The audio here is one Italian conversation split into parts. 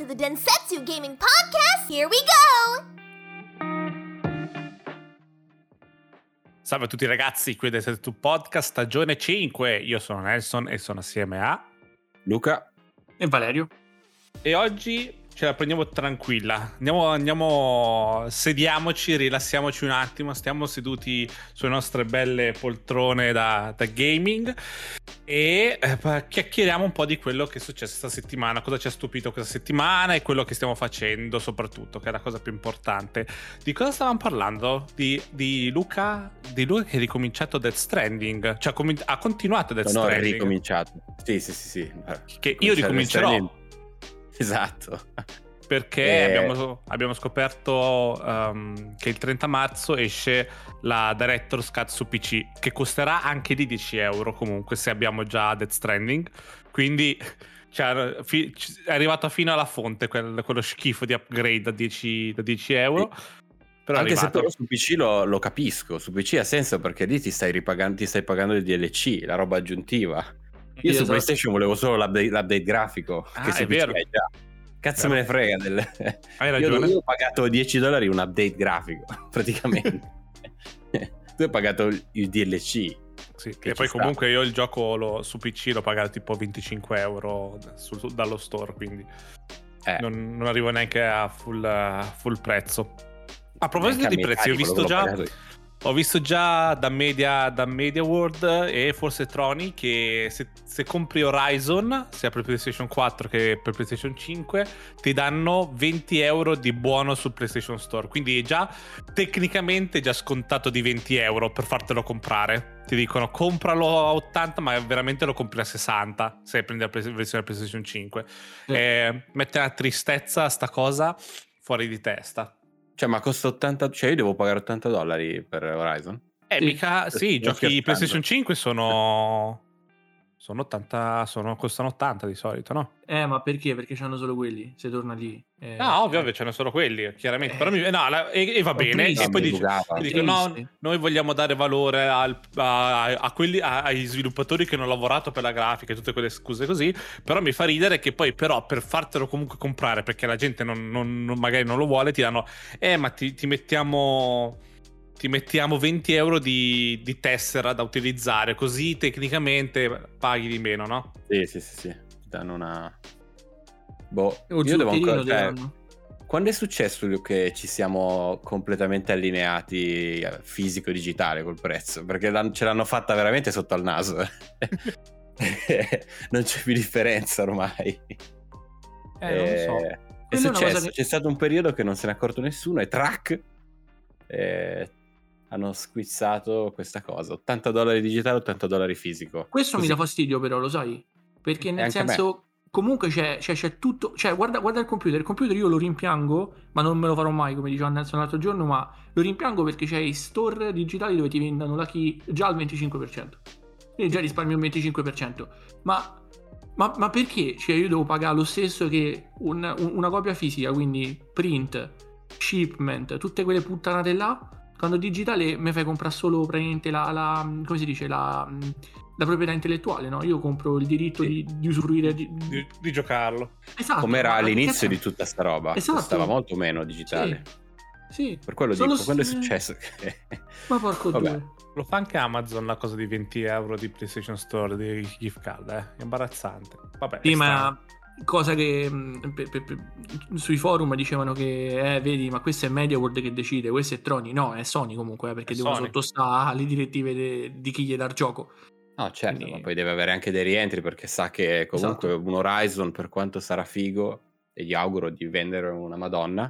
the Densetsu Gaming Podcast. Here we go! Salve a tutti ragazzi, qui del Densetsu Podcast, stagione 5. Io sono Nelson e sono assieme a Luca e Valerio. E oggi ce la prendiamo tranquilla. Andiamo, sediamoci, rilassiamoci un attimo. Stiamo seduti sulle nostre belle poltrone da gaming e chiacchieriamo un po' di quello che è successo questa settimana, cosa ci ha stupito questa settimana e quello che stiamo facendo soprattutto, che è la cosa più importante. Di cosa stavamo parlando? Di Luca che ha ricominciato Death Stranding, cioè ha continuato Death Stranding. No, è ricominciato. Sì. Che io ricomincerò. Esatto. Perché abbiamo scoperto che il 30 marzo esce la Director's Cut su PC, che costerà anche di 10 euro comunque se abbiamo già Death Stranding. Quindi è arrivato fino alla fonte quello schifo di upgrade da 10 euro. Sì. Però anche se però su PC lo capisco, su PC ha senso perché lì ti stai pagando il DLC, la roba aggiuntiva. Io su PlayStation volevo solo l'update grafico, che su PC è già. Cazzo, me ne frega Hai ragione. Io ho pagato $10 un update grafico praticamente. Tu hai pagato il DLC. Sì, e poi comunque io il gioco su PC l'ho pagato tipo 25 euro dallo store, quindi non arrivo neanche a full prezzo. A proposito di prezzi, ho visto già da Media World e forse Troni che se compri Horizon, sia per PlayStation 4 che per PlayStation 5, ti danno 20 euro di buono sul PlayStation Store. Quindi già tecnicamente già scontato di 20 euro per fartelo comprare. Ti dicono compralo a 80, ma veramente lo compri a 60 se prendi la versione PlayStation 5. Mette una tristezza sta cosa fuori di testa. Cioè, ma costa 80, cioè io devo pagare $80 per Horizon? Mica, sì, i giochi PlayStation 5 sono 80, costano 80 di solito, no? Ma perché? Perché c'hanno solo quelli, se torna lì. No, ovvio, c'hanno solo quelli, chiaramente. Però e va bene. Triste, e poi dico, no, noi vogliamo dare valore a quelli, ai sviluppatori che hanno lavorato per la grafica e tutte quelle scuse così. Però mi fa ridere che poi però per fartelo comunque comprare, perché la gente magari non lo vuole, ti danno ma ti mettiamo 20 euro di tessera da utilizzare, così tecnicamente paghi di meno, no? Sì. Danno una... io devo ancora... Quando è successo che ci siamo completamente allineati fisico-digitale col prezzo? Perché ce l'hanno fatta veramente sotto al naso. Non c'è più differenza ormai. Non lo so. È successo, c'è stato un periodo che non se ne è accorto nessuno e track... hanno squizzato questa cosa, $80 digitale, $80 fisico. Questo mi dà fastidio però, lo sai? Perché nel senso comunque c'è tutto, cioè guarda il computer io lo rimpiango, ma non me lo farò mai come diceva Nelson l'altro giorno, ma lo rimpiango perché c'è i store digitali dove ti vendono la key già al 25%, quindi già risparmio il 25%, ma perché? Cioè io devo pagare lo stesso che una copia fisica, quindi print, shipment, tutte quelle puttanate là. Quando digitale mi fai comprare solo praticamente la come si dice, la proprietà intellettuale, no? Io compro il diritto di usufruire di giocarlo. Esatto. Come era all'inizio di tutta sta roba. Esatto. Costava molto meno digitale. Sì. Per quello dico, quando è successo che... Ma porco due. Lo fa anche Amazon la cosa di 20 euro di PlayStation Store, di gift card, È imbarazzante. Vabbè. Sì, ma... cosa che sui forum dicevano che vedi, ma questo è Media World che decide, questo è Troni, no, è Sony comunque, perché devono sottostare alle direttive di chi gli dà il gioco. No, certo. Quindi... ma poi deve avere anche dei rientri, perché sa che comunque un Horizon, per quanto sarà figo, e gli auguro di vendere una madonna,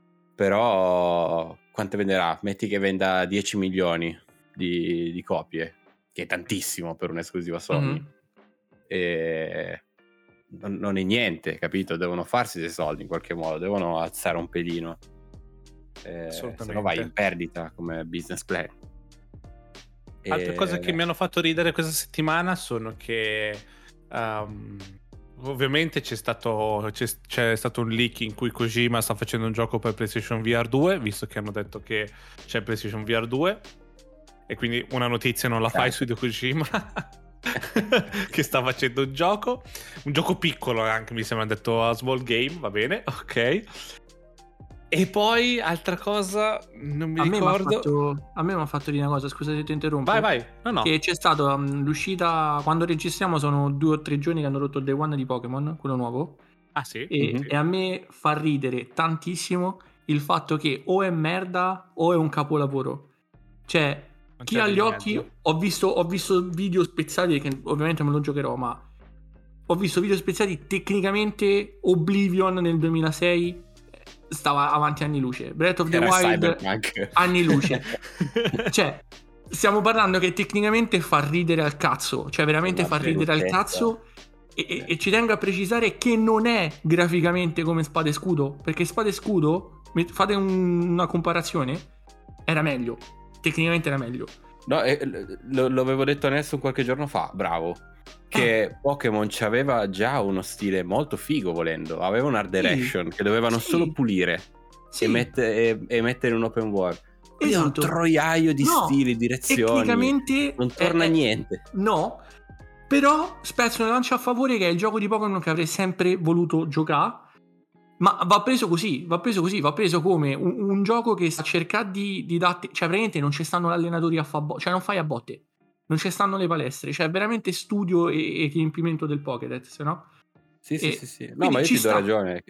però quante venderà? Metti che venda 10 milioni di copie, che è tantissimo per un'esclusiva Sony. E non è niente, capito? Devono farsi dei soldi in qualche modo, devono alzare un pelino, se no vai in perdita come business plan. Altre cose che mi hanno fatto ridere questa settimana sono che ovviamente c'è stato un leak in cui Kojima sta facendo un gioco per PlayStation VR 2, visto che hanno detto che c'è PlayStation VR 2, e quindi una notizia non la fai su Hideo Kojima. che sta facendo un gioco piccolo anche, mi sembra detto a Small Game, va bene, ok. E poi altra cosa, non mi ricordo. A me mi ha fatto dire una cosa, scusa se ti interrompo. Vai. No. Che c'è stata l'uscita, quando registriamo sono 2 o 3 giorni che hanno rotto il Day One di Pokémon, quello nuovo. Ah sì? E a me fa ridere tantissimo il fatto che o è merda o è un capolavoro. Cioè, chi ha gli occhi, ho visto video spezzati, che ovviamente me lo giocherò, ma ho visto video spezzati. Tecnicamente Oblivion nel 2006 stava avanti anni luce, Breath of the Wild Cyberpunk. anni luce. Cioè, stiamo parlando che tecnicamente fa ridere al cazzo, cioè veramente fa ridere al cazzo. E ci tengo a precisare che non è graficamente come Spada e Scudo, perché Spada e Scudo, fate una comparazione, era meglio, tecnicamente era meglio. No, lo avevo detto a Nelson qualche giorno fa, bravo, che Pokémon c'aveva già uno stile molto figo, volendo, aveva un art direction che dovevano solo pulire e mettere un open world. Esatto. Un troiaio di stili, direzioni, tecnicamente non torna niente. No, però spezzo una lancia a favore, che è il gioco di Pokémon che avrei sempre voluto giocare, ma va preso come un gioco che sta cercando di darti, cioè praticamente non ci stanno allenatori a cioè non fai a botte, non ci stanno le palestre, cioè veramente studio e riempimento del Pokédex, no? Sì. No, ma io ti do ragione,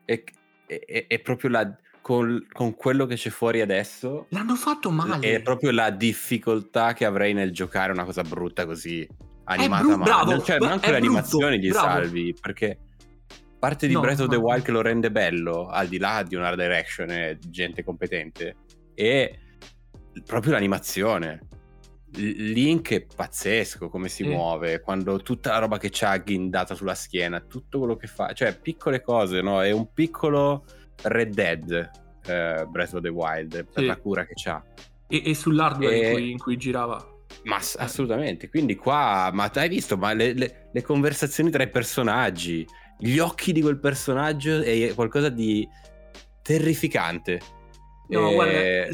è proprio con quello che c'è fuori adesso l'hanno fatto male, è proprio la difficoltà che avrei nel giocare una cosa brutta così animata male. Bravo, cioè neanche le animazioni gli salvi, perché parte di Breath of the Wild che lo rende bello, al di là di un art direction e gente competente, è proprio l'animazione. Link è pazzesco come si muove, quando tutta la roba che c'ha ghindata sulla schiena, tutto quello che fa, cioè piccole cose, no? È un piccolo Red Dead Breath of the Wild per la cura che c'ha e sull'hardware in cui girava. Ma assolutamente, quindi qua, ma hai visto, ma le conversazioni tra i personaggi, gli occhi di quel personaggio è qualcosa di terrificante. No, guarda,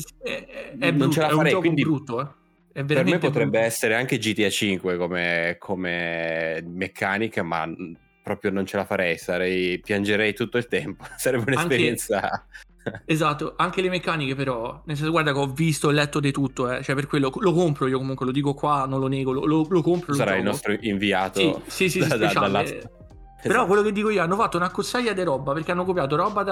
è non ce la farei, è un gioco quindi brutto, È per me potrebbe brutto. essere anche GTA 5 come meccanica, ma proprio non ce la farei, piangerei tutto il tempo, sarebbe un'esperienza. Esatto, anche le meccaniche però, nel senso, guarda che ho visto e letto di tutto, cioè per quello lo compro io, comunque lo dico qua, non lo nego, lo compro. Sarai il nostro inviato. Sì, speciale. Però quello che dico io, hanno fatto una cozzaglia di roba, perché hanno copiato roba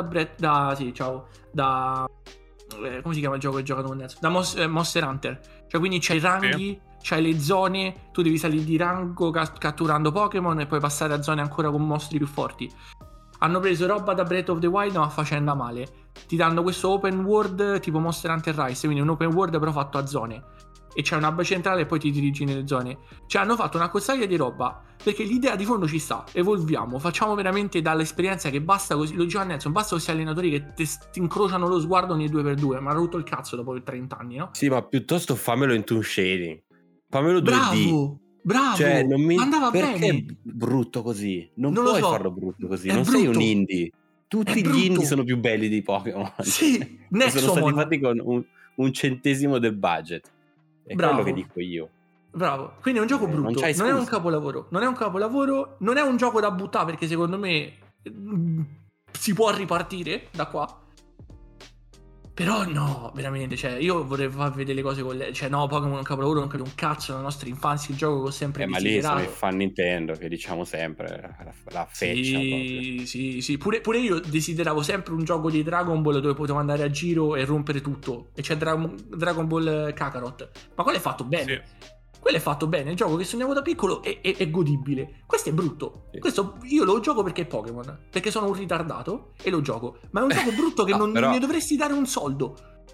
da come si chiama il gioco che giocato con Nelson? Da Monster Hunter. Cioè quindi c'hai i ranghi, c'hai le zone, tu devi salire di rango catturando Pokémon e poi passare a zone ancora con mostri più forti. Hanno preso roba da Breath of the Wild ma facendo male. Ti danno questo open world tipo Monster Hunter Rise, quindi un open world però fatto a zone. E c'è un hub centrale e poi ti dirigi nelle zone. Cioè hanno fatto una cozzaglia di roba, perché l'idea di fondo ci sta, evolviamo, facciamo veramente dall'esperienza che basta così, lo dice Nelson, basta questi allenatori che ti incrociano lo sguardo ogni 2x2, ma ha rotto il cazzo dopo 30 anni, no? Sì, ma piuttosto fammelo in toon shading, fammelo 2D. Bravo, cioè, non mi andava perché bene. È brutto così? Non lo puoi so. farlo brutto così, È non brutto. sei un indie. Tutti gli indie sono più belli di Pokémon. Sì, sono stati fatti con un centesimo del budget. È quello che dico io. Bravo, quindi è un gioco brutto, non è un capolavoro, non è un gioco da buttare, perché secondo me si può ripartire da qua. Però no, veramente, cioè io vorrei far vedere le cose con lei. Cioè no, Pokémon è un capolavoro, non capito un cazzo nella nostra infanzia, il gioco che ho sempre desiderato. Ma lì sono i fan Nintendo, che diciamo sempre la feccia. Sì, pure io desideravo sempre un gioco di Dragon Ball dove potevo andare a giro e rompere tutto. E c'è Dragon Ball Kakarot. Ma quello è fatto bene. Sì. Quello è fatto bene, il gioco che sognavo da piccolo è godibile. Questo è brutto. Sì. Questo io lo gioco perché è Pokémon, perché sono un ritardato e lo gioco. Ma è un gioco brutto che non ne dovresti dare un soldo.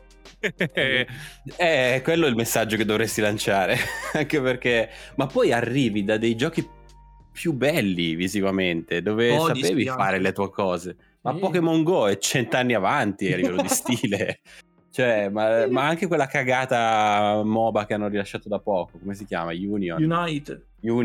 Quello è il messaggio che dovresti lanciare. Anche perché, ma poi arrivi da dei giochi più belli visivamente, dove sapevi fare le tue cose. Ma Pokémon Go è 100 anni avanti a livello di stile. Cioè, ma anche quella cagata MOBA che hanno rilasciato da poco, come si chiama? Unite.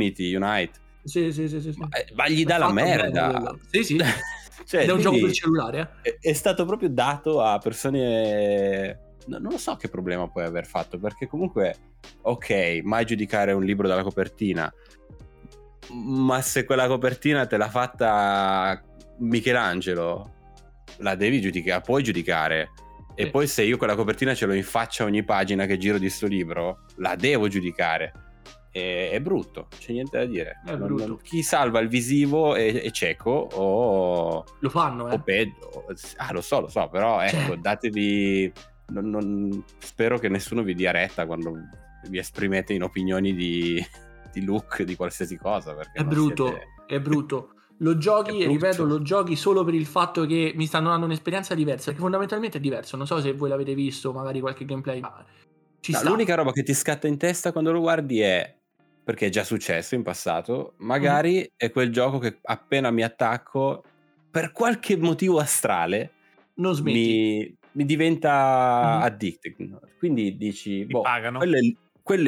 Sì. Ma gli dà la merda. Sì. Cioè, è un gioco per cellulare. È stato proprio dato a persone non lo so che problema puoi aver fatto, perché comunque, ok, mai giudicare un libro dalla copertina, ma se quella copertina te l'ha fatta Michelangelo, la devi giudicare, puoi giudicare. E poi se io quella copertina ce l'ho in faccia ogni pagina che giro di sto libro, la devo giudicare. È brutto, c'è niente da dire. Chi salva il visivo è cieco o lo fanno, o peggio. Lo so, però ecco, datevi. Spero che nessuno vi dia retta quando vi esprimete in opinioni di look, di qualsiasi cosa, perché è brutto. Lo giochi, ripeto, lo giochi solo per il fatto che mi stanno dando un'esperienza diversa, perché fondamentalmente è diverso. Non so se voi l'avete visto, magari qualche gameplay, ma l'unica roba che ti scatta in testa quando lo guardi è, perché è già successo in passato, magari è quel gioco che appena mi attacco, per qualche motivo astrale, non smetti, mi diventa addicted. Quindi dici, pagano. Quello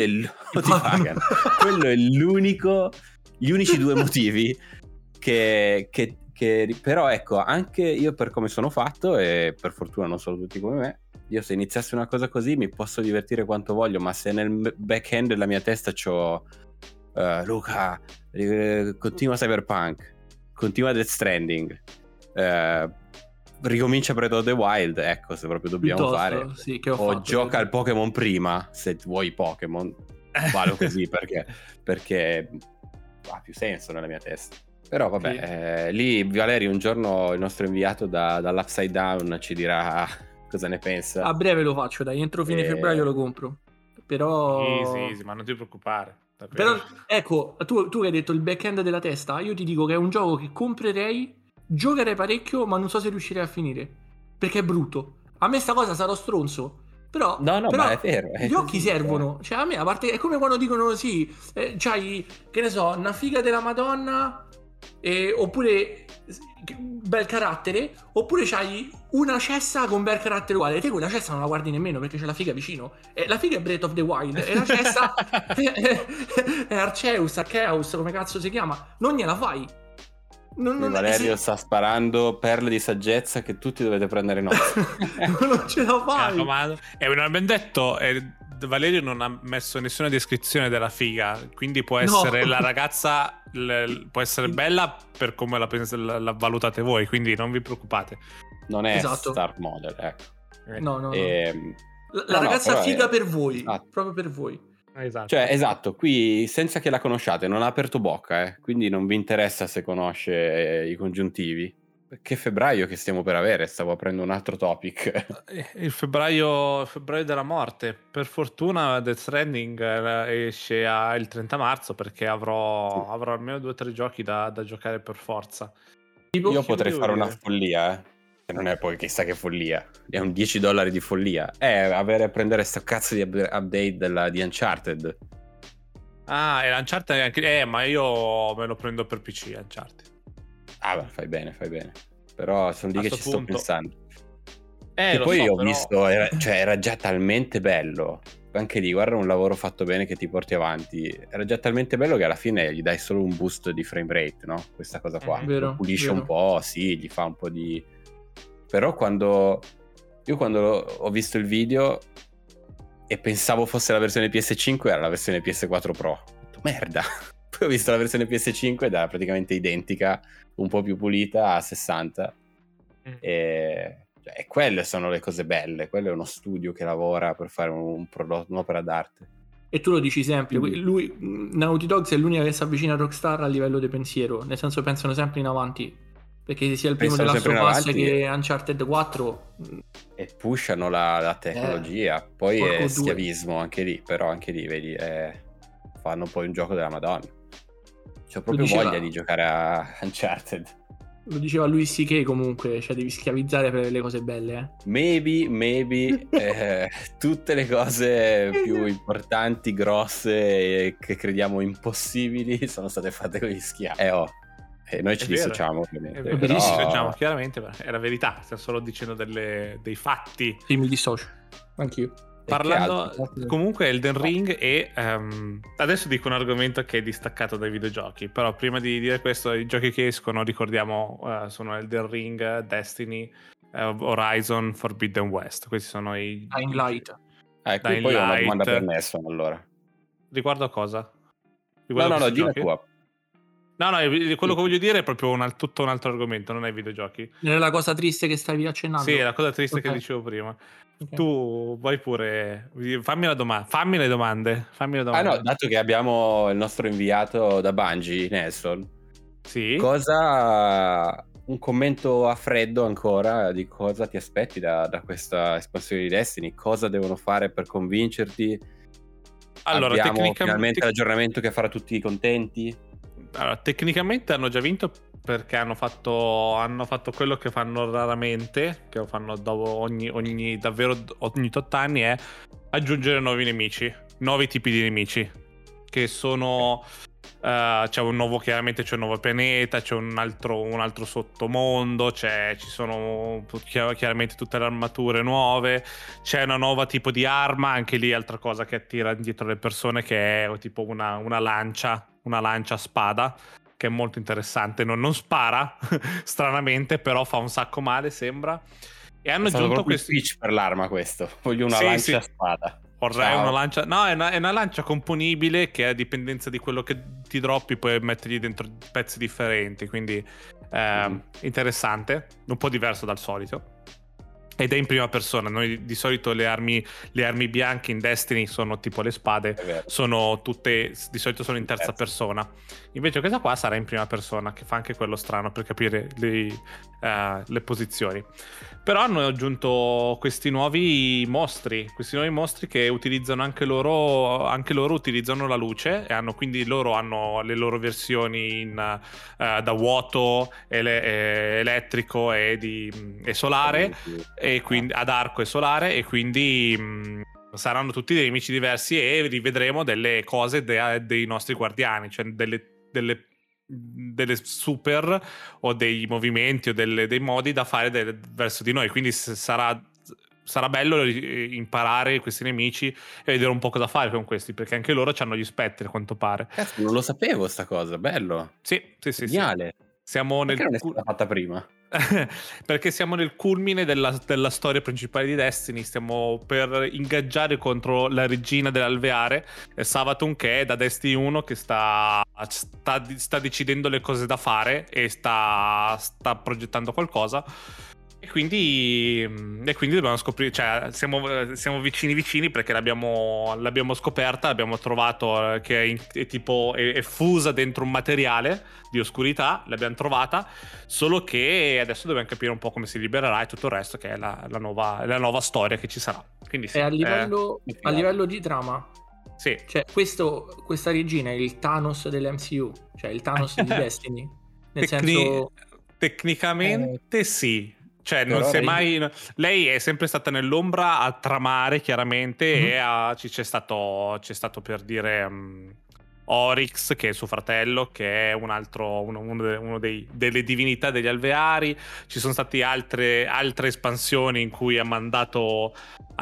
è gli unici due motivi che però ecco, anche io per come sono fatto, e per fortuna non sono tutti come me, io se iniziassi una cosa così mi posso divertire quanto voglio, ma se nel back-end della mia testa c'ho Luca, continua Cyberpunk, continua Death Stranding, ricomincia Breath of the Wild, ecco, se proprio dobbiamo fare, sì, che ho o fatto, gioca al Pokémon prima, se vuoi Pokémon, vado così perché ha più senso nella mia testa. Però vabbè, lì Valerio un giorno, il nostro inviato dall'Upside Down, ci dirà cosa ne pensa. A breve lo faccio, dai, entro fine febbraio lo compro. Però sì, ma non ti preoccupare. Però ecco, tu che hai detto il back-end della testa, io ti dico che è un gioco che comprerei, giocherei parecchio, ma non so se riuscirei a finire, perché è brutto. A me sta cosa sarò stronzo, però ma è vero, gli occhi servono. Cioè a me, a parte, è come quando dicono sì, c'hai, che ne so, una figa della Madonna, oppure bel carattere, oppure c'hai una cessa con bel carattere uguale. Te quella cessa non la guardi nemmeno perché c'è la figa vicino. La figa è Breath of the Wild e la cessa è Arceus, come cazzo si chiama. Non gliela fai. Valerio sta sparando perle di saggezza che tutti dovete prendere nota. Non ce la fai. E non abbiamo detto, Valerio non ha messo nessuna descrizione della figa, quindi può essere la ragazza, può essere bella per come la valutate voi, quindi non vi preoccupate. Non è star model, ecco. No. La ragazza figa per voi, proprio per voi. Esatto. Cioè, esatto, qui senza che la conosciate, non ha aperto bocca, quindi non vi interessa se conosce i congiuntivi. Che febbraio che stiamo per avere? Stavo aprendo un altro topic. Il febbraio della morte. Per fortuna Death Stranding esce il 30 marzo perché avrò almeno 2 o 3 giochi da giocare per forza. Io potrei fare una follia, che non è poi chissà che follia, è un $10 di follia, prendere sto cazzo di update di Uncharted. E l'Uncharted anche, ma io me lo prendo per PC Uncharted. Beh, fai bene, però sono lì che ci sto pensando. E poi ho visto, era già talmente bello, anche lì guarda un lavoro fatto bene che ti porti avanti, era già talmente bello che alla fine gli dai solo un boost di frame rate, no? Questa cosa qua, lo pulisce un po', sì, gli fa un po' di... Però quando ho visto il video e pensavo fosse la versione PS5, era la versione PS4 Pro, ho detto, merda. Poi ho visto la versione PS5 ed era praticamente identica, un po' più pulita, a 60 e quelle sono le cose belle. Quello è uno studio che lavora per fare un prodotto, un'opera d'arte. E tu lo dici sempre, lui, Naughty Dog è l'unica che si avvicina a Rockstar a livello di pensiero, nel senso pensano sempre in avanti, perché sia il primo della Last of Us che Uncharted 4 e pushano la tecnologia, poi è schiavismo anche lì, però anche lì vedi fanno poi un gioco della Madonna. C'ho proprio voglia di giocare a Uncharted. Lo diceva Louis C.K. comunque, cioè devi schiavizzare per le cose belle. Maybe tutte le cose più importanti, grosse e che crediamo impossibili sono state fatte con gli schiavi. E noi ci dissociamo ovviamente. Ci dissociamo chiaramente, è la verità, stiamo solo dicendo dei fatti. Sì, mi dissocio, anch'io. Parlando comunque Elden Ring e adesso dico un argomento che è distaccato dai videogiochi, però prima di dire questo, i giochi che escono ricordiamo sono Elden Ring, Destiny Horizon Forbidden West. Questi sono i Dying Light. Qui poi ho una domanda per Nelson, allora. Riguardo a cosa? No, di la tua. No, quello che voglio dire è proprio tutto un altro argomento, non è videogiochi. Nella cosa triste che stavi accennando. Sì, la cosa triste che dicevo prima. Okay. Tu vai pure, fammi le domande. No, dato che abbiamo il nostro inviato da Bungie, Nelson. Sì. Un commento a freddo ancora di cosa ti aspetti da questa espansione di Destiny? Cosa devono fare per convincerti? Allora, abbiamo finalmente l'aggiornamento che farà tutti contenti? Allora, tecnicamente hanno già vinto perché hanno fatto quello che fanno raramente, che lo fanno ogni 8 anni, è aggiungere nuovi nemici, nuovi tipi di nemici, che sono c'è un nuovo pianeta, c'è un altro sottomondo, ci sono chiaramente tutte le armature nuove, c'è una nuova tipo di arma, anche lì altra cosa che attira dietro le persone, che è tipo una lancia spada, che è molto interessante, non spara stranamente, però fa un sacco male, sembra. E hanno aggiunto questo pitch per l'arma, questo voglio una lancia spada. Vorrei una lancia. No, è una lancia componibile che a dipendenza di quello che ti droppi puoi mettergli dentro pezzi differenti. Quindi interessante, un po' diverso dal solito. Ed è in prima persona. Noi di solito le armi bianche in Destiny sono tipo le spade, sono tutte di solito sono in terza persona. Invece questa qua sarà in prima persona, che fa anche quello strano per capire le posizioni. Però hanno aggiunto questi nuovi mostri che utilizzano anche loro utilizzano la luce, e quindi loro hanno le loro versioni da vuoto, elettrico e solare, e quindi ad arco e solare, e quindi saranno tutti dei nemici diversi, e rivedremo delle cose dei nostri guardiani, cioè delle super o dei movimenti o dei modi da fare verso di noi. Quindi sarà bello imparare questi nemici e vedere un po' cosa fare con questi, perché anche loro hanno gli spettri, a quanto pare. Cazzo, non lo sapevo sta cosa, bello. Sì. Geniale. Siamo perché non è stata fatta prima? Perché siamo nel culmine della storia principale di Destiny. Stiamo per ingaggiare contro la regina dell'alveare, Savathun, che è da Destiny 1 che sta decidendo le cose da fare e sta progettando qualcosa. E quindi dobbiamo scoprire, cioè siamo vicini perché l'abbiamo scoperta, l'abbiamo trovato, che è fusa dentro un materiale di oscurità, l'abbiamo trovata, solo che adesso dobbiamo capire un po' come si libererà e tutto il resto, che è la nuova storia che ci sarà. Quindi sì, a livello di trama, sì. Cioè questa regina è il Thanos dell'MCU, cioè il Thanos di Destiny, nel senso tecnicamente sì. Cioè non si è mai, lei è sempre stata nell'ombra a tramare chiaramente, e c'è stato per dire Oryx, che è suo fratello, che è uno delle divinità degli alveari. Ci sono state altre espansioni in cui ha mandato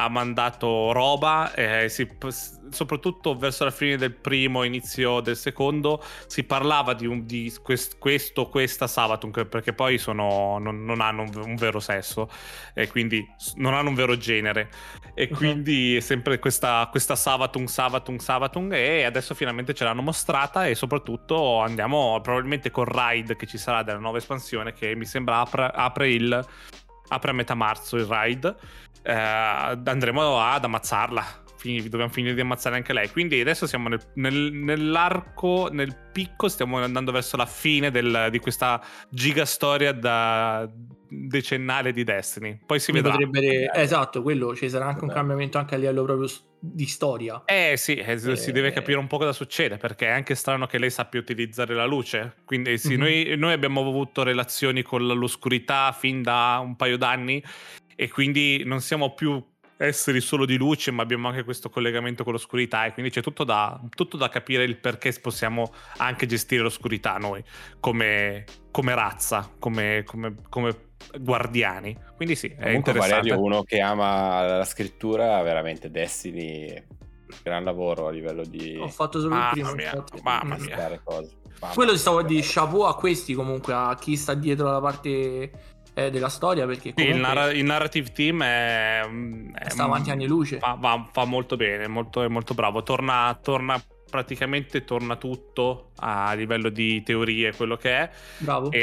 roba, soprattutto verso la fine del primo, inizio del secondo, si parlava di questa Savathun, perché poi non hanno un vero sesso, e quindi non hanno un vero genere, e quindi è sempre questa Savathun, e adesso finalmente ce l'hanno mostrata, e soprattutto andiamo probabilmente col raid che ci sarà della nuova espansione, che mi sembra apre a metà marzo il raid. Andremo ad ammazzarla, dobbiamo finire di ammazzare anche lei, quindi adesso siamo nell'arco, nel picco, stiamo andando verso la fine di questa gigastoria decennale di Destiny. Poi si vedrà. Esatto, quello ci sarà anche un cambiamento anche a livello proprio di storia. Si deve capire un po' cosa succede, perché è anche strano che lei sappia utilizzare la luce. Quindi sì, noi abbiamo avuto relazioni con l'oscurità fin da un paio d'anni, e quindi non siamo più esseri solo di luce, ma abbiamo anche questo collegamento con l'oscurità, e quindi c'è tutto da capire, il perché possiamo anche gestire l'oscurità noi come razza, come guardiani. Quindi sì, è comunque interessante. Valerio, uno che ama la scrittura, veramente Destiny, gran lavoro a livello di... Ho fatto solo il primo. Mamma mia. Quello stavo di chapeau a questi, comunque, a chi sta dietro la parte della storia, perché sì, comunque il narrative team sta avanti anni luce. Fa molto bene, è molto bravo. Torna praticamente tutto a livello di teorie, quello che è. Bravo.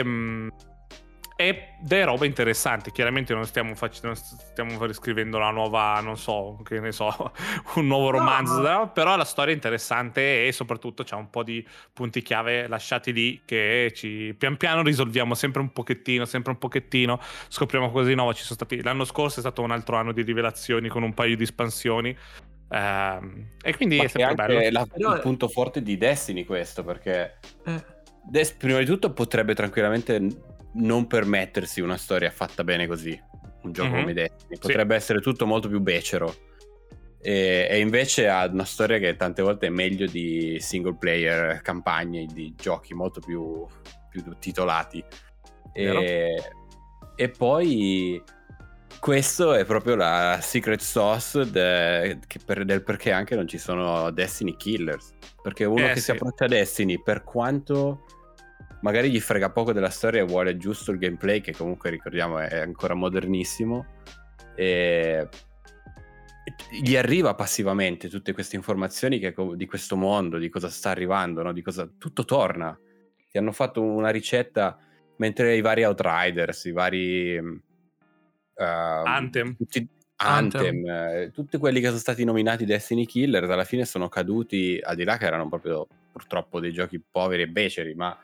Ed è roba interessante. Chiaramente non stiamo riscrivendo la nuova, non so, che ne so, un nuovo romanzo, no, però la storia è interessante e soprattutto c'ha un po' di punti chiave lasciati lì che pian piano risolviamo sempre un pochettino, scopriamo cose di nuovo. L'anno scorso è stato un altro anno di rivelazioni con un paio di espansioni. E quindi è sempre bello. Il punto forte di Destiny questo, perché prima di tutto potrebbe tranquillamente non permettersi una storia fatta bene così, un gioco come Destiny potrebbe essere tutto molto più becero, e invece ha una storia che tante volte è meglio di single player campagne di giochi molto più titolati, e poi questo è proprio la secret sauce del perché anche non ci sono Destiny killers, perché uno che si approccia a Destiny, per quanto magari gli frega poco della storia e vuole giusto il gameplay, che comunque ricordiamo è ancora modernissimo, e gli arriva passivamente tutte queste informazioni di questo mondo, di cosa sta arrivando, no? Di cosa tutto torna. Ti hanno fatto una ricetta, mentre i vari Outriders, i vari Anthem, tutti quelli che sono stati nominati Destiny Killers alla fine sono caduti, al di là che erano proprio purtroppo dei giochi poveri e beceri, ma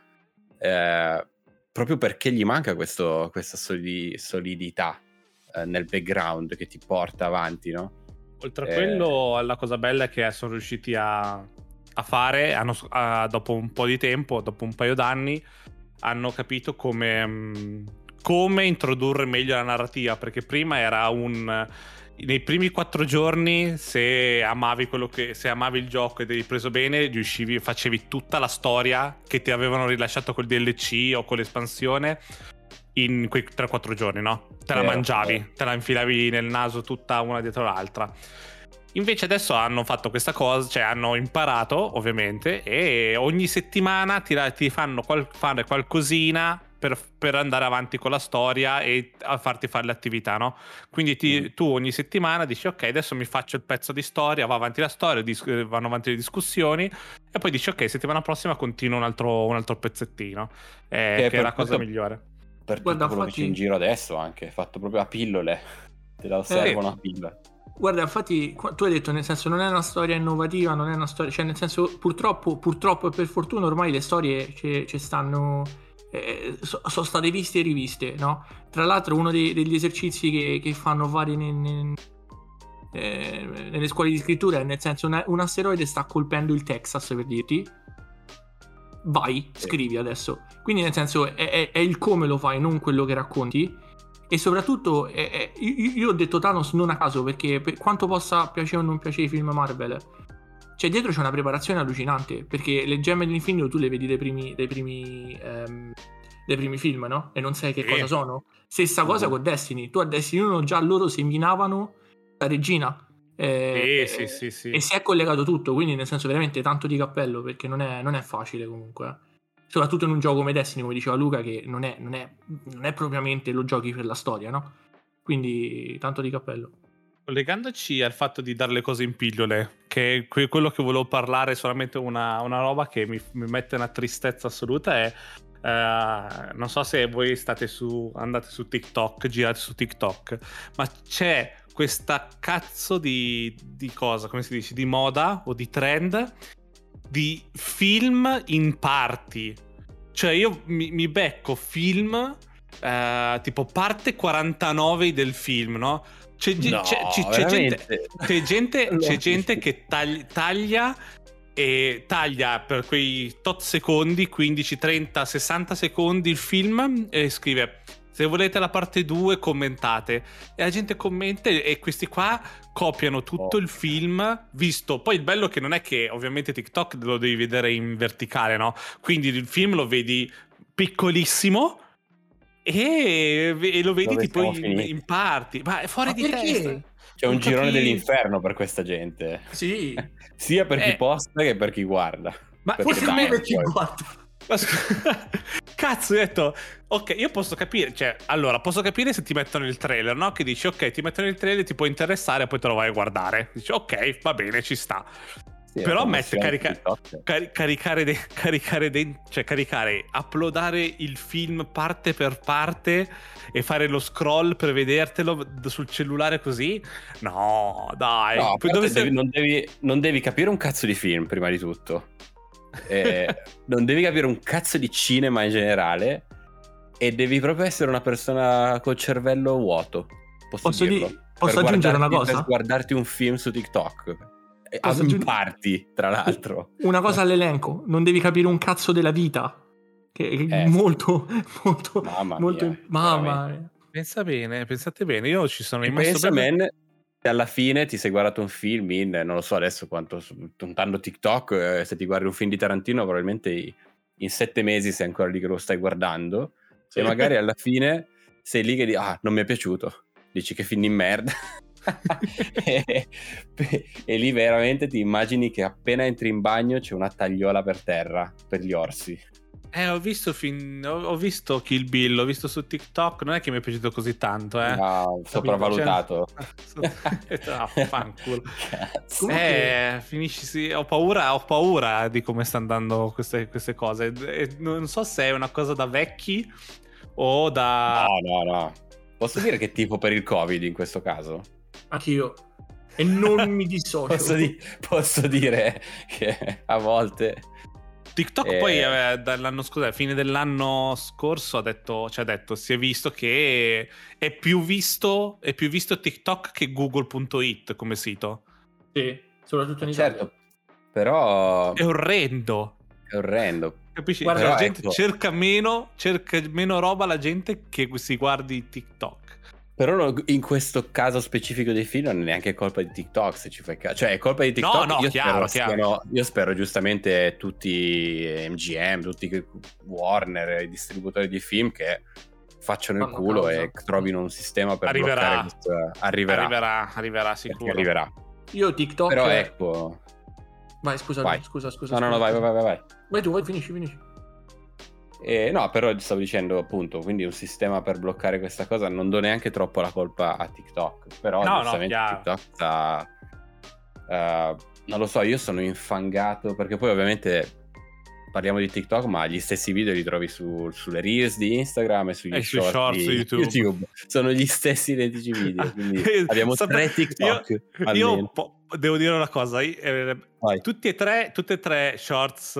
proprio perché gli manca questa solidità nel background che ti porta avanti, no? Oltre a quello, la cosa bella è che sono riusciti a fare, dopo un po' di tempo, dopo un paio d'anni, hanno capito come introdurre meglio la narrativa, perché prima era nei primi 4 giorni, se amavi il gioco ed eri preso bene, facevi tutta la storia che ti avevano rilasciato col DLC o con l'espansione in quei 3-4 giorni, no? Te la mangiavi, te la infilavi nel naso tutta una dietro l'altra. Invece adesso hanno fatto questa cosa, cioè hanno imparato ovviamente, e ogni settimana ti fanno fare qualcosina per andare avanti con la storia e a farti fare le attività, no? Quindi tu ogni settimana dici ok, adesso mi faccio il pezzo di storia, va avanti la storia, vanno avanti le discussioni, e poi dici ok, settimana prossima continuo un altro pezzettino, che è la cosa migliore. Per tutto quello che c'è in giro adesso, anche fatto proprio a pillole, te la osservano a pillola. Guarda, infatti tu hai detto, nel senso, non è una storia innovativa, non è una storia, cioè nel senso, purtroppo e per fortuna ormai le storie ci stanno, sono state viste e riviste, no? Tra l'altro uno degli esercizi che fanno fare nelle scuole di scrittura è, nel senso, un asteroide sta colpendo il Texas, per dirti, vai, scrivi adesso. Quindi nel senso è il come lo fai, non quello che racconti. E soprattutto io ho detto Thanos non a caso, perché per quanto possa piacere o non piacere i film Marvel, cioè dietro c'è una preparazione allucinante, perché le gemme dell'infinito tu le vedi dai primi film, no? E non sai che cosa sono. Stessa cosa con Destiny. Tu a Destiny 1 già loro seminavano la regina, sì. E si è collegato tutto, quindi nel senso veramente tanto di cappello, perché non è facile comunque, soprattutto in un gioco come Destiny, come diceva Luca, che non è propriamente lo giochi per la storia, no? Quindi tanto di cappello. Collegandoci al fatto di dare le cose in pillole, che quello che volevo parlare, solamente una roba che mi mette una tristezza assoluta, è non so se voi andate su TikTok, girate su TikTok, ma c'è questa cazzo di cosa, come si dice, di moda o di trend di film in parti. Cioè io mi becco film tipo parte 49 del film, no? C'è gente che taglia per quei tot secondi, 15, 30, 60 secondi il film, e scrive: se volete la parte 2 commentate, e la gente commenta, e questi qua copiano tutto il film visto. Poi il bello che non è che ovviamente TikTok lo devi vedere in verticale, no? Quindi il film lo vedi piccolissimo e lo vedi tipo in parti, ma è fuori di testa. C'è un girone dell'inferno per questa gente. Sì. Sia per chi posta che per chi guarda. Ma forse me per chi guarda. cazzo, ho detto, ok, io posso capire, cioè, allora, posso capire se ti mettono il trailer, no? Che dici, ok, ti mettono il trailer, ti può interessare, poi te lo vai a guardare. Dici, ok, va bene, ci sta. Sì, però caricare, uploadare il film parte per parte e fare lo scroll per vedertelo sul cellulare così, no, dai. No, non devi capire un cazzo di film prima di tutto, non devi capire un cazzo di cinema in generale, e devi proprio essere una persona col cervello vuoto, posso aggiungere una cosa? Per guardarti un film su TikTok parti, tra l'altro. Una cosa all'elenco: non devi capire un cazzo della vita, che è molto mamma mia. Pensate bene, io ci sono rimasto bene. Alla fine ti sei guardato un film in, non lo so adesso quanto, contando TikTok, se ti guardi un film di Tarantino probabilmente in 7 mesi sei ancora lì che lo stai guardando, sì. E magari alla fine sei lì che dici, non mi è piaciuto, dici che film di merda. e lì veramente ti immagini che appena entri in bagno c'è una tagliola per terra per gli orsi. Ho visto Kill Bill, l'ho visto su TikTok, non è che mi è piaciuto così tanto, No, sopravvalutato. Fanculo. Finisci, ho paura di come stanno andando queste cose. Non so se è una cosa da vecchi o da... No. Posso dire che tipo per il Covid in questo caso? Anch'io. E non mi dissocio. Posso dire che a volte... TikTok poi dall'anno scorso, alla fine dell'anno scorso ci ha detto, si è visto che è più visto TikTok che Google.it come sito. Sì, soprattutto in Italia. Certo, però è orrendo. Capisci? Guarda, la gente cerca meno roba la gente che si guardi TikTok. Però in questo caso specifico dei film non è neanche colpa di TikTok, se ci fai caso. Cioè è colpa di TikTok. No, chiaro. Io spero giustamente tutti MGM, tutti Warner, i distributori di film che facciano il culo e trovino un sistema per bloccare questo. Arriverà sicuro. Arriverà. Io TikTok. Però ecco. Vai, scusa. No, vai. Vai tu, finisci. No, però stavo dicendo appunto, quindi un sistema per bloccare questa cosa, non do neanche troppo la colpa a TikTok, però giustamente TikTok sta non lo so, io sono infangato perché poi ovviamente parliamo di TikTok, ma gli stessi video li trovi sulle Reels di Instagram e sugli short di YouTube. Sono gli stessi identici video, quindi abbiamo 3 TikTok. Io devo dire una cosa, tutti e tre shorts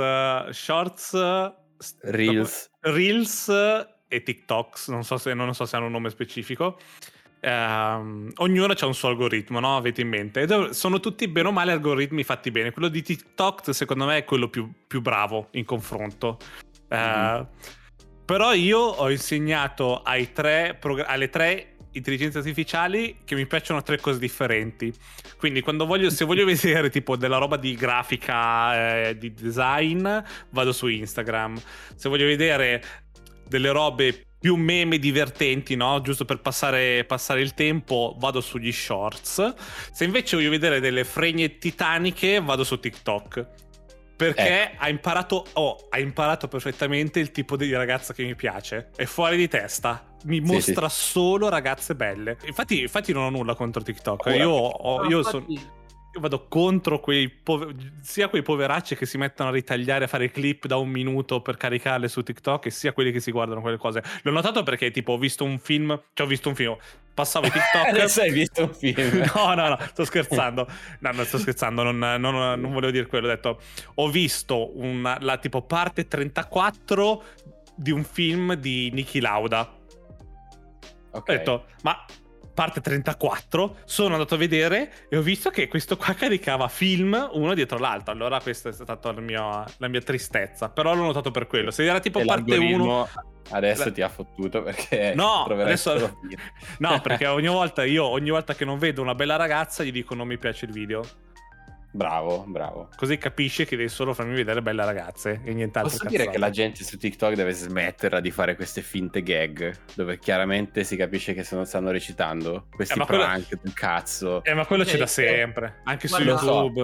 Reels e TikToks, non so se hanno un nome specifico, ognuno c'ha un suo algoritmo, no? Avete in mente, sono tutti bene o male algoritmi fatti bene. Quello di TikTok secondo me è quello più bravo in confronto. Però io ho insegnato alle 3 intelligenze artificiali che mi piacciono 3 cose differenti. Quindi se voglio vedere tipo della roba di grafica, di design, vado su Instagram. Se voglio vedere delle robe più meme divertenti, no? Giusto per passare il tempo, vado sugli shorts. Se invece voglio vedere delle fregne titaniche, vado su TikTok. Perché ha imparato perfettamente il tipo di ragazza che mi piace. È fuori di testa. Mi mostra solo ragazze belle. Infatti non ho nulla contro TikTok. Io vado contro sia quei poveracci che si mettono a ritagliare, a fare clip da 1 minuto per caricarle su TikTok, e sia quelli che si guardano quelle cose. L'ho notato perché tipo ho visto un film, passavo i TikTok. Adesso hai visto un film? No, sto scherzando. Non sto scherzando, non volevo dire quello. Ho detto, ho visto la tipo parte 34 di un film di Niki Lauda. Okay. Ho detto, ma parte 34, sono andato a vedere e ho visto che questo qua caricava film uno dietro l'altro. Allora questa è stata la mia tristezza. Però l'ho notato per quello. Se era tipo e parte 1 adesso ti ha fottuto perché perché ogni volta che non vedo una bella ragazza gli dico non mi piace il video. Bravo. Così capisci che devi solo farmi vedere belle ragazze e nient'altro. Posso dire che la gente su TikTok deve smetterla di fare queste finte gag dove chiaramente si capisce che non stanno recitando questi prank del cazzo. Ma quello c'è da sempre, anche su YouTube.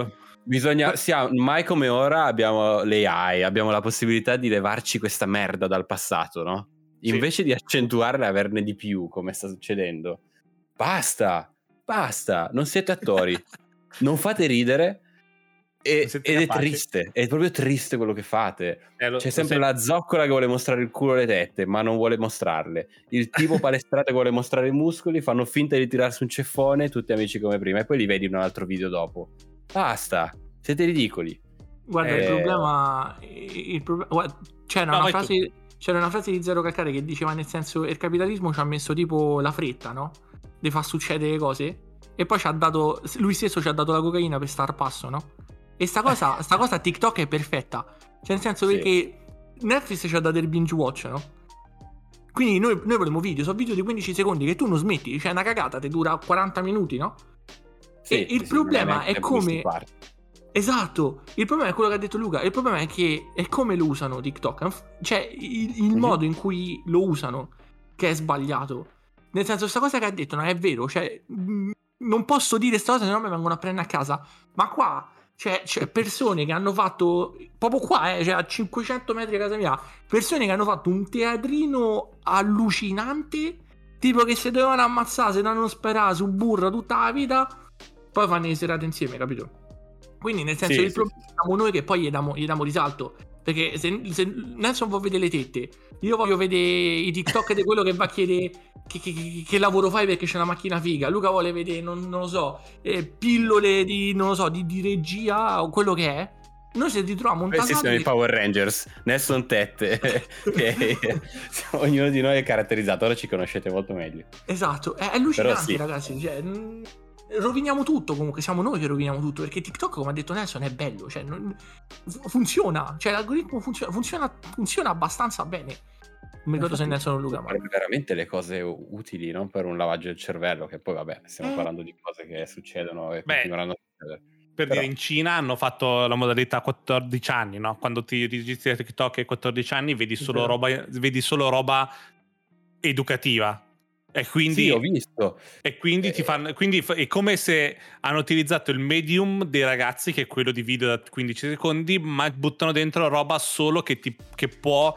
Bisogna, mai come ora abbiamo le AI, abbiamo la possibilità di levarci questa merda dal passato, no? Invece di accentuarla e averne di più, come sta succedendo. Basta, non siete attori, non fate ridere ed è triste, è proprio triste quello che fate. C'è sempre la zoccola che vuole mostrare il culo e le tette, ma non vuole mostrarle. Il tipo palestrato che vuole mostrare i muscoli, fanno finta di tirarsi un ceffone, tutti amici come prima, e poi li vedi in un altro video dopo. Basta, siete ridicoli. Guarda, il problema guarda, c'era una frase di Zero Calcare che diceva, nel senso, il capitalismo ci ha messo tipo la fretta, no? Di far succedere cose, e poi lui stesso ci ha dato la cocaina per star passo, no? E sta cosa a TikTok è perfetta, cioè nel senso perché Netflix ci ha dato il binge watch, no? Quindi noi vogliamo sono video di 15 secondi che tu non smetti, cioè una cagata ti dura 40 minuti, no? E il problema è come... Esatto, il problema è quello che ha detto Luca, il problema è che è come lo usano TikTok, cioè il modo in cui lo usano che è sbagliato. Nel senso, questa cosa che ha detto non è vero, cioè non posso dire questa cosa se no mi vengono a prendere a casa, ma qua c'è persone che hanno fatto, proprio qua, cioè a 500 metri da casa mia, persone che hanno fatto un teatrino allucinante, tipo che se dovevano ammazzare, se dovevano sperare su burra tutta la vita, poi fanno le serate insieme, capito? Quindi nel senso il problema siamo noi che poi gli diamo risalto, perché se Nelson vuole vedere le tette, io voglio vedere i TikTok di quello che va a chiedere che lavoro fai perché c'è una macchina figa, Luca vuole vedere non lo so, pillole di non lo so di regia o quello che è. Noi se ritroviamo un questi sono i Power Rangers, Nelson tette ognuno di noi è caratterizzato, ora ci conoscete molto meglio. Esatto, è allucinante, ragazzi, cioè roviniamo tutto, comunque siamo noi che roviniamo tutto, perché TikTok, come ha detto Nelson, è bello, cioè funziona, cioè l'algoritmo funziona abbastanza bene. Non mi ricordo se Nelson o Luca, ma veramente le cose utili, non per un lavaggio del cervello, che poi vabbè, stiamo parlando di cose che succedono e continueranno a succedere. Dire, in Cina hanno fatto la modalità 14 anni, no? Quando ti registri a TikTok ai 14 anni vedi solo roba educativa. E quindi sì, ho visto. E quindi quindi è come se hanno utilizzato il medium dei ragazzi, che è quello di video da 15 secondi, ma buttano dentro roba solo che ti può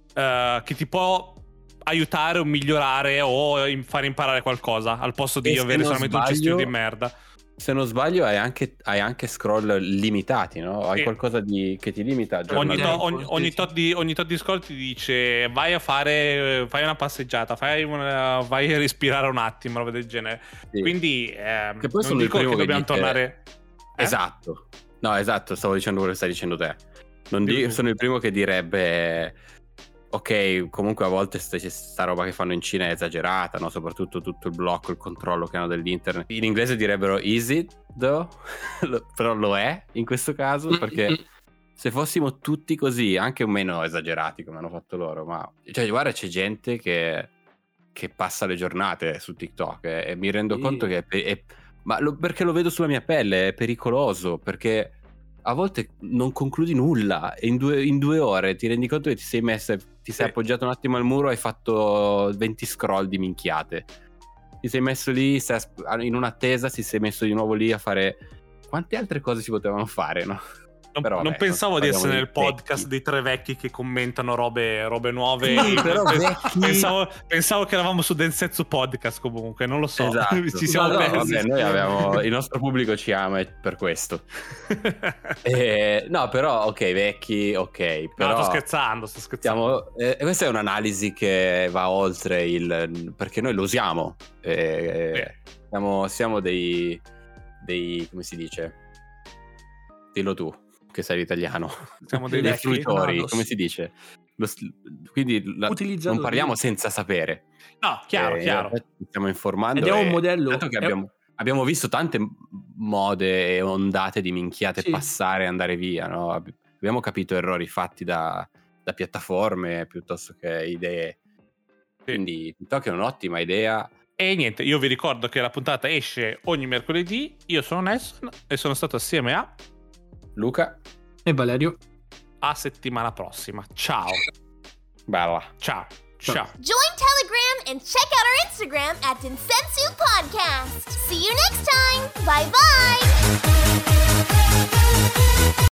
aiutare o migliorare o fare imparare qualcosa, al posto di avere solamente un cestino di merda. Se non sbaglio hai anche scroll limitati, no? Hai qualcosa che ti limita. Ogni tot di scroll ti dice fai una passeggiata, vai a respirare un attimo, roba del genere. Sì. Quindi che poi non dico che dobbiamo tornare. Esatto. No, esatto, stavo dicendo quello che stai dicendo te. Sono il primo che direbbe ok, comunque a volte sta roba che fanno in Cina è esagerata, no? Soprattutto tutto il blocco, il controllo che hanno dell'internet. In inglese direbbero is it though? Però lo è in questo caso, perché se fossimo tutti così, anche meno esagerati come hanno fatto loro, ma cioè guarda, c'è gente che passa le giornate su TikTok e mi rendo conto che perché lo vedo sulla mia pelle, è pericoloso, perché a volte non concludi nulla e in due ore ti rendi conto che ti sei appoggiato un attimo al muro, hai fatto 20 scroll di minchiate, ti sei messo lì, in un'attesa, ti sei messo di nuovo lì a fare quante altre cose si potevano fare, no? Non pensavo di essere nel podcast dei tre vecchi che commentano robe nuove. Sì, però pensavo che eravamo su Densetsu Podcast, comunque, non lo so. Esatto. Ci siamo persi. Vabbè, noi abbiamo il nostro pubblico ci ama per questo. No, però ok, vecchi, ok. Però no, sto scherzando. Questa è un'analisi che va oltre perché noi lo usiamo. Siamo dei come si dice? Dillo tu, che sei italiano. Siamo dei fruitori, come si dice? Quindi non parliamo senza sapere. No, chiaro. Stiamo informando. Ed è un modello. Che abbiamo visto tante mode e ondate di minchiate passare e andare via, no? Abbiamo capito errori fatti da piattaforme piuttosto che idee. Quindi TikTok è un'ottima idea. E niente, io vi ricordo che la puntata esce ogni mercoledì. Io sono Nelson e sono stato assieme a Luca e Valerio. A settimana prossima. Ciao. Bella. Ciao. Join Telegram and check out our Instagram at Densetsu Podcast. See you next time. Bye bye.